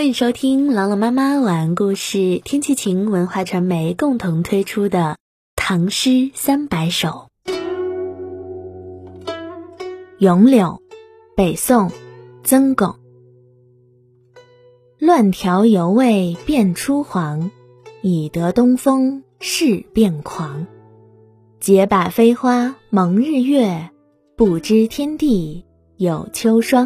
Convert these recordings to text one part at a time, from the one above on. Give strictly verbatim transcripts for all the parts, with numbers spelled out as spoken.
欢迎收听朗朗妈妈晚安故事，天气晴文化传媒共同推出的《唐诗三百首》。咏柳，北宋，曾巩。乱条犹未变初黄，已得东风势变狂。结把飞花蒙日月，不知天地有秋霜。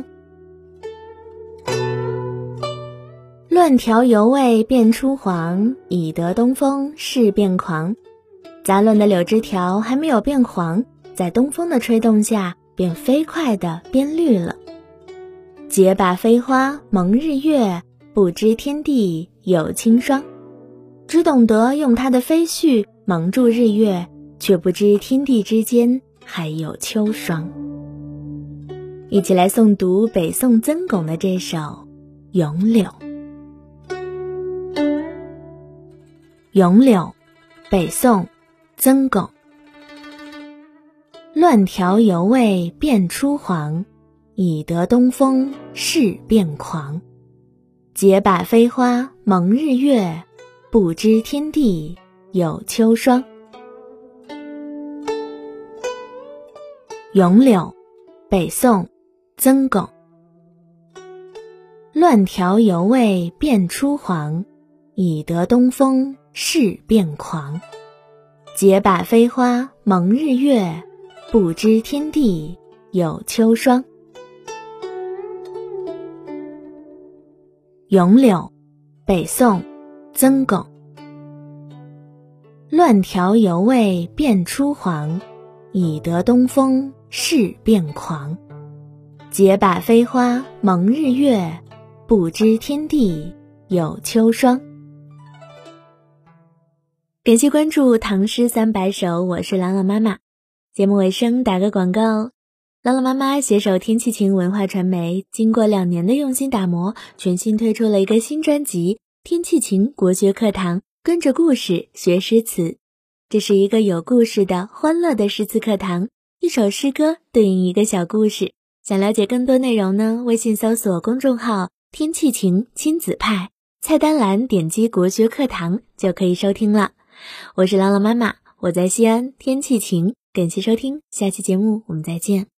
乱条犹未变初黄，已得东风势变狂。杂乱的柳枝条还没有变黄，在东风的吹动下便飞快地变绿了。结把飞花蒙日月，不知天地有清霜。只懂得用它的飞絮蒙住日月，却不知天地之间还有秋霜。一起来诵读北宋曾巩的这首《咏柳》。咏柳，北宋，曾巩。乱条犹未变初黄，已得东风势变狂。结把飞花蒙日月，不知天地有秋霜。咏柳，北宋，曾巩。乱条犹未变初黄，已得东风势变狂。结把飞花蒙日月，不知天地有秋霜。咏柳，北宋，曾巩。乱条犹未变初黄，已得东风势变狂。结把飞花蒙日月，不知天地有秋霜。感谢关注唐诗三百首，我是朗朗妈妈。节目尾声打个广告哦，朗朗妈妈携手天气晴文化传媒，经过两年的用心打磨，全新推出了一个新专辑《天气晴国学课堂》，跟着故事学诗词。这是一个有故事的欢乐的诗词课堂，一首诗歌对应一个小故事。想了解更多内容呢，微信搜索公众号天气晴亲子派，菜单栏点击国学课堂就可以收听了。我是朗朗妈妈，我在西安，天气晴，感谢收听，下期节目我们再见。